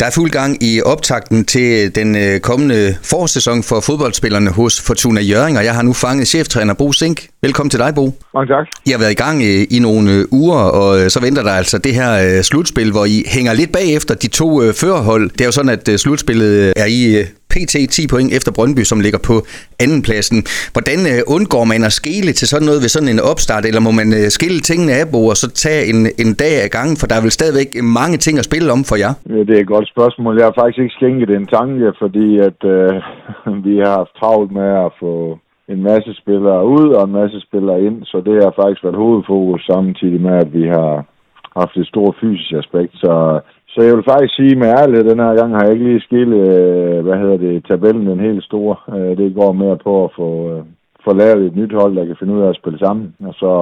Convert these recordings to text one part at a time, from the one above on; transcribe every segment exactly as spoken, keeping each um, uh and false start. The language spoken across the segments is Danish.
Der er fuld gang i optakten til den kommende forårssæson for fodboldspillerne hos Fortuna Hjørring, og jeg har nu fanget cheftræner Bo Zink. Velkommen til dig, Bo. Mange tak. I har været i gang i nogle uger, og så venter der altså det her slutspil, hvor I hænger lidt bagefter de to førerhold. Det er jo sådan, at slutspillet er i P T ti point efter Brøndby, som ligger på andenpladsen. Hvordan undgår man at skele til sådan noget ved sådan en opstart, eller må man skille tingene af, Bo, og så tage en, en dag ad gangen, for der er vel stadigvæk mange ting at spille om for jer? Ja, det er et godt spørgsmål. Jeg har faktisk ikke skænket en tanke, fordi at øh, vi har haft travlt med at få en masse spillere ud og en masse spillere ind, så det har faktisk været hovedfokus samtidig med, at vi har haft et stort fysisk aspekt, så Så jeg vil faktisk sige med ærlighed, den her gang har jeg ikke lige skilt, hvad hedder det, tabellen den helt store. Det går mere på at få, få lavet et nyt hold, der kan finde ud af at spille sammen. Og så,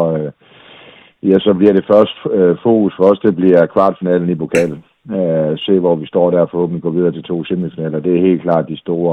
ja, så bliver det først fokus for os, det bliver kvartfinalen i pokalen. Se hvor vi står der, forhåbentlig går videre til to semifinaler. Det er helt klart de store,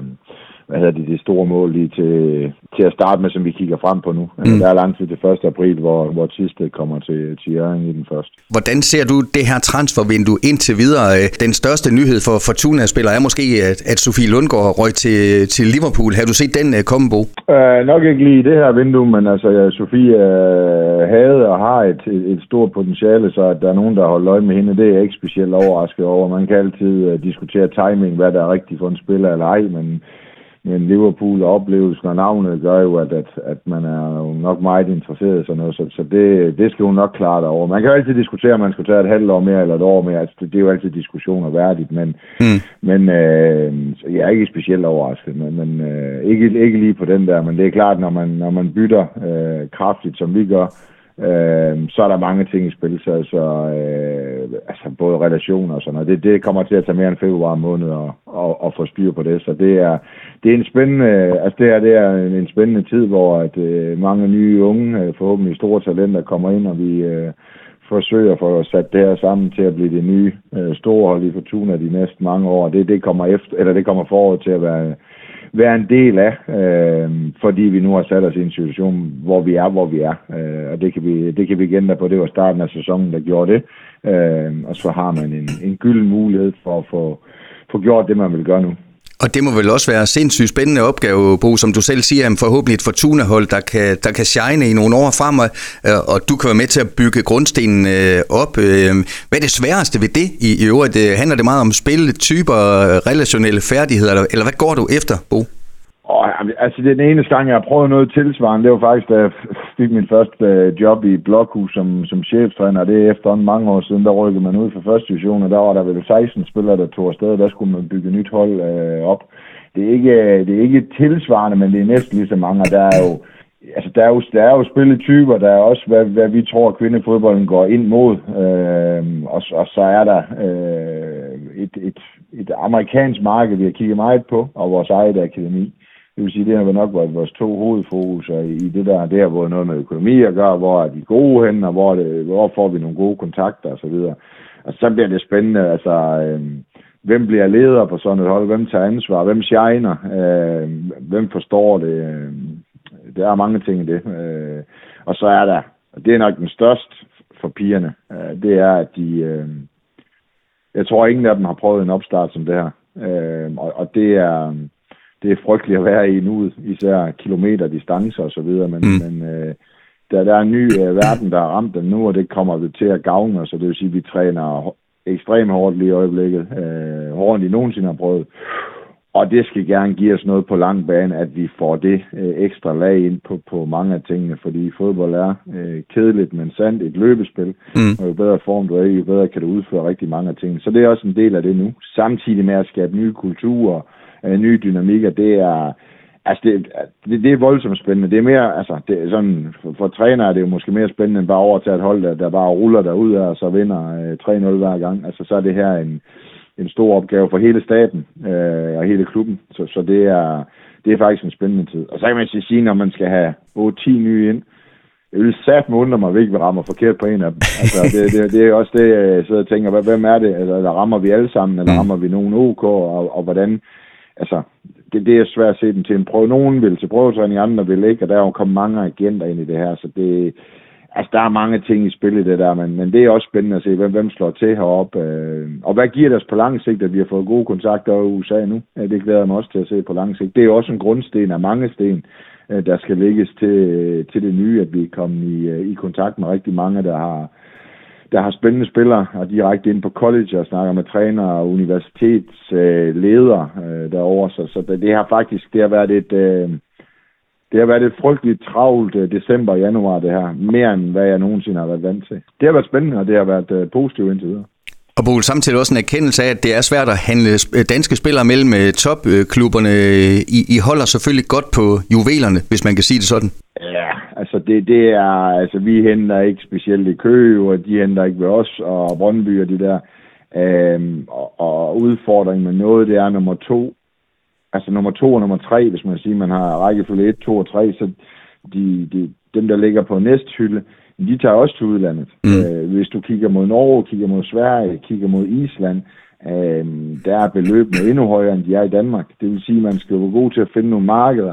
hvad hedder det, de store mål lige til, til at starte med, som vi kigger frem på nu. Mm. Der er langt til det første april, hvor, hvor Thisted kommer til, til Hjørring i den første. Hvordan ser du det her transfervindue indtil videre? Den største nyhed for Fortuna-spillere er måske, at, at Sofie Lundgaard røg til, til Liverpool. Har du set den komme, Bo? Uh, nok ikke lige i det her vindue, men altså Sofie uh, havde og har et, et, et stort potentiale, så at der er nogen, der har holdt øje med hende, det er jeg ikke specielt overrasket over. Man kan altid uh, diskutere timing, hvad der er rigtigt for en spiller eller ej, men Men Liverpool og oplevelsen og navnet gør jo, at, at, at man er jo nok meget interesseret i sådan noget, så, så det, det skal hun nok klare derover. Man kan jo altid diskutere, om man skal tage et halvt år mere eller et år mere. Altså, det er jo altid diskussioner værdigt, men, mm. men øh, jeg er ikke specielt overrasket. Men, men øh, ikke, ikke lige på den der, men det er klart, når man, når man bytter øh, kraftigt, som vi gør, Øh, så er der mange ting i spil, så altså, øh, altså både relationer og sådan noget. Det, det kommer til at tage mere end februar måned og, og, og få styr på det, så det er, det er en spændende, altså det er, det er en spændende tid, hvor at, øh, mange nye unge, forhåbentlig store talenter kommer ind, og vi øh, forsøger at få sat det her sammen til at blive det nye øh, store hold i Fortuna de næste mange år. Det, det kommer efter, eller det kommer forud til at være være en del af, øh, fordi vi nu har sat os i en situation, hvor vi er, hvor vi er. Øh, og det kan vi, det kan vi igen der på. Det var starten af sæsonen, der gjorde det. Øh, og så har man en, en gylden mulighed for at få, få gjort det, man vil gøre nu. Og det må vel også være en sindssygt spændende opgave, Bo, som du selv siger, forhåbentlig et Fortuna-hold, der kan, der kan shine i nogle år frem, og du kan være med til at bygge grundstenen op. Hvad er det sværeste ved det i øvrigt? Handler det meget om spilletyper, relationelle færdigheder, eller hvad går du efter, Bo? Oh, altså det er den eneste gang, jeg har prøvet noget tilsvarende. Det var faktisk, da jeg fik min første job i Blokhus som, som cheftræner. Det er efterhånden mange år siden, der rykkede man ud for første division, og der var der vel seksten spillere, der tog afsted, og der skulle man bygge nyt hold øh, op. Det er, ikke, det er ikke tilsvarende, men det er næsten lige så mange, og der er jo, altså der er jo, der er jo spilletyper, der er også, hvad, hvad vi tror, at kvindefodbolden går ind mod, øh, og, og så er der øh, et, et, et amerikansk marked, vi har kigget meget på, og vores eget akademi. Det vil sige, det har nok været vores to hovedfokuser i det der. Det har været noget med økonomi at gøre, hvor er de gode hen, og hvor, det, hvor får vi nogle gode kontakter osv. Og så bliver det spændende, altså, øh, hvem bliver leder på sådan et hold, hvem tager ansvar, hvem shiner, øh, hvem forstår det. Øh, der er mange ting i det. Øh, og så er der, og det er nok den største for pigerne, øh, det er, at de, øh, jeg tror ingen af dem har prøvet en opstart som det her. Øh, og, og det er... Det er frygteligt at være i nu, især kilometer, distancer og så videre, men, mm. men øh, der, der er en ny øh, verden, der er ramt den nu, og det kommer vi til at gavne os, så det vil sige, at vi træner ekstremt hårdt lige i øjeblikket, øh, hårdere end de nogensinde har prøvet, og det skal gerne give os noget på lang bane, at vi får det øh, ekstra lag ind på, på mange af tingene, fordi fodbold er øh, kedeligt, men sandt et løbespil, mm. og jo bedre form du er, jo bedre kan du udføre rigtig mange af tingene, så det er også en del af det nu, samtidig med at skabe nye kulturer, nye dynamikker, det er altså det, det, det er voldsomt spændende. Det er mere, altså det er sådan, for, for trænere er det jo måske mere spændende end bare overtage et hold, der, der bare ruller derud og så vinder øh, tre nul hver gang. Altså så er det her en, en stor opgave for hele staten øh, og hele klubben. Så, så det er det er faktisk en spændende tid. Og så kan man sige, når man skal have otte ti nye ind, jeg vil satme undre mig, at vi ikke rammer forkert på en af dem. Altså, det, det, det er også det, jeg sidder og tænker, hvem er det? Eller, eller rammer vi alle sammen, eller rammer vi nogen OK, og, og hvordan? Altså, det, det er svært at se dem til en prøve. Nogen vil til prøvetræning, andre vil ikke, og der er jo kommet mange agenter ind i det her, så det, altså, der er mange ting i spil i det der, men, men det er også spændende at se, hvem, hvem slår til heroppe. Øh, og hvad giver det os på lang sigt, at vi har fået gode kontakter i U S A nu? Ja, det glæder jeg mig også til at se på lang sigt. Det er jo også en grundsten af mange sten, øh, der skal lægges til, til det nye, at vi er kommet i, i kontakt med rigtig mange, der har der har spændende spillere, og direkte ind på college og snakker med trænere og universitetsledere øh, derovre. Så, så det, det har faktisk det har været et øh, det har været et frygteligt travlt øh, december og januar, det her. Mere end hvad jeg nogensinde har været vant til. Det har været spændende, og det har været øh, positivt indtil videre. Og Boel, samtidig også en erkendelse af, at det er svært at handle danske spillere mellem topklubberne. I, I holder selvfølgelig godt på juvelerne, hvis man kan sige det sådan. Ja, altså det, det er, altså vi henter ikke specielt i Køge, og de henter ikke ved os, og Brøndby og de der. Øhm, og, og udfordringen med noget, det er nummer to. Altså nummer to og nummer tre, hvis man siger, man har rækkefølge et, to og tre, så de, de, dem, der ligger på næsthylde, de tager også til udlandet. Mm. Øh, hvis du kigger mod Norge, kigger mod Sverige, kigger mod Island, øh, der er beløbene endnu højere, end de er i Danmark. Det vil sige, at man skal være god til at finde nogle markeder,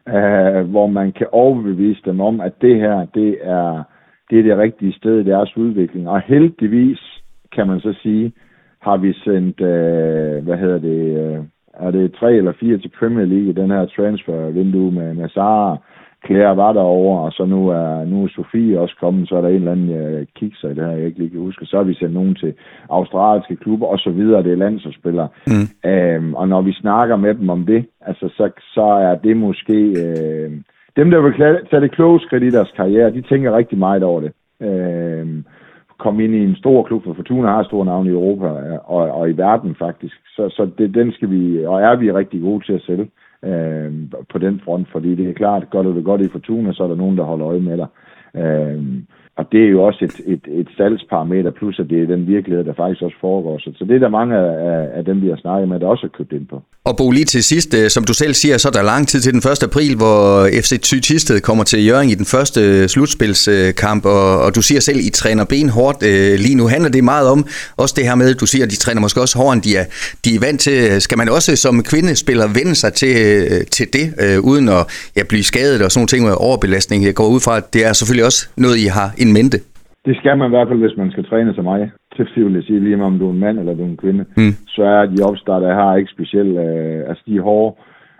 øh, hvor man kan overbevise dem om, at det her, det er det, er det rigtige sted i deres udvikling. Og heldigvis, kan man så sige, har vi sendt, øh, hvad hedder det, øh, er det tre eller fire til Premier League i den her transfervindue med, med Sara. Claire var derovre, og så nu er, nu er Sofie også kommet, så er der en eller anden uh, kigger i det her, jeg ikke lige kan huske. Så har vi sendt nogen til australske klubber og så videre, det er landsholdsspillere. Mm. Øhm, og når vi snakker med dem om det, altså så, så er det måske... Øh, dem, der vil tage det kloge skridt i deres karriere, de tænker rigtig meget over det. Øhm, kom ind i en stor klub, for Fortuna har stor navn i Europa og, og i verden faktisk. Så, så det, den skal vi, og er vi rigtig gode til at sælge. Øh, på den front, fordi det er klart, gør du det godt i Fortuna, så er der nogen, der holder øje med dig. Øh, og det er jo også et, et, et salgsparameter, plus at det er den virkelighed, der faktisk også foregår. Så, så det er der mange af, af dem, vi har snakket med, der også har købt ind på. Og Bo, lige til sidst, som du selv siger, så er der lang tid til den første april, hvor F C Thisted kommer til Hjørring i den første slutspilskamp, og, og du siger selv, I træner benhårdt lige nu. Handler det meget om også det her med, du siger, at de træner måske også hårdere, end de er, de er vant til. Skal man også som kvindespiller vende sig til, til det, uden at ja, blive skadet og sådan nogle ting med overbelastning? Jeg går ud fra, at det er selvfølgelig også noget, I har in mente. Det skal man i hvert fald, hvis man skal træne som mig. Til vil jeg sige, lige om du er en mand eller du er en kvinde, mm. så er de opstarter, jeg har ikke specielt, øh, altså de er hårde.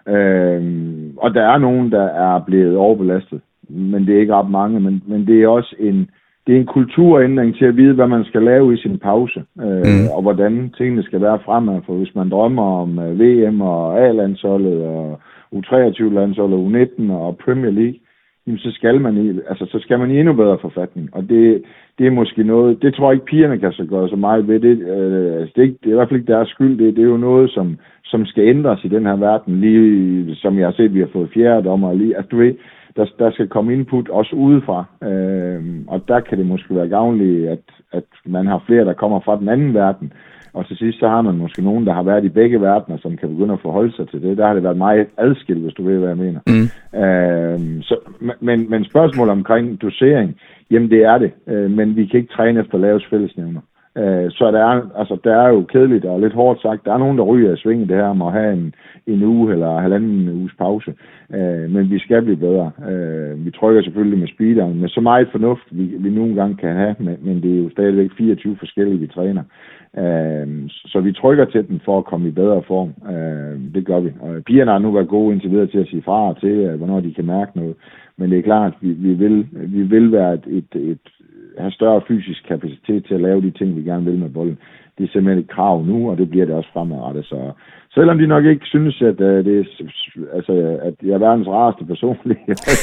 Øh, og der er nogen, der er blevet overbelastet, men det er ikke ret mange, men, men det er også en, det er en kulturændring til at vide, hvad man skal lave i sin pause, øh, mm. og hvordan tingene skal være fremad. For hvis man drømmer om øh, V M og A-landsholdet og U treogtyve-landsholdet, U nitten og Premier League, jamen, så skal man i, altså så skal man i endnu bedre forfatning. Og det, det er måske noget, det tror jeg ikke pigerne kan så gøre så meget ved. Det, øh, altså det, er ikke, det er i hvert fald ikke deres skyld. Det, det er jo noget, som, som skal ændres i den her verden. Lige som jeg har set, vi har fået fjerde dommer. Lige, altså du ved, der, der skal komme input også udefra. Øh, og der kan det måske være gavnligt, at, at man har flere, der kommer fra den anden verden. Og til sidst så har man måske nogen, der har været i begge verdener, som kan begynde at forholde sig til det. Der har det været meget adskilt, hvis du ved, hvad jeg mener. Mm. Øhm, så, men, men spørgsmålet omkring dosering, jamen det er det. Øh, men vi kan ikke træne efter lavs fællesnævner. Øh, så der er, altså, der er jo kedeligt og lidt hårdt sagt. Der er nogen, der ryger i svinget det her om at have en, en uge eller halvanden uges pause. Øh, men vi skal blive bedre. Øh, vi trykker selvfølgelig med speederen, med så meget fornuft, vi, vi nogle gange kan have, men, men det er jo stadigvæk fireogtyve forskellige, vi træner. Uh, så vi trykker til den for at komme i bedre form. Uh, det gør vi. Og pigerne har nu været gode indtil videre til at sige fra til, uh, hvornår de kan mærke noget. Men det er klart, vi, vi, vil, vi vil være et, et, et, have større fysisk kapacitet til at lave de ting, vi gerne vil med bolden. Det er simpelthen et krav nu, og det bliver det også fremadrettet. Så selvom de nok ikke synes, at, uh, det er, altså, at jeg er verdens rareste personlige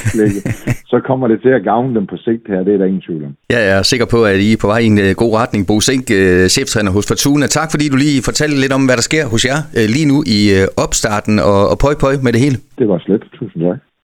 så kommer det til at gavne dem på sigt her. Det er der ingen tvivl om. Ja, jeg er sikker på, at I er på vej i en uh, god retning. Bo Zink, uh, cheftræner hos Fortuna. Tak fordi du lige fortalte lidt om, hvad der sker hos jer uh, lige nu i uh, opstarten og, og pøj pøj med det hele. Det var slet. Tusind tak.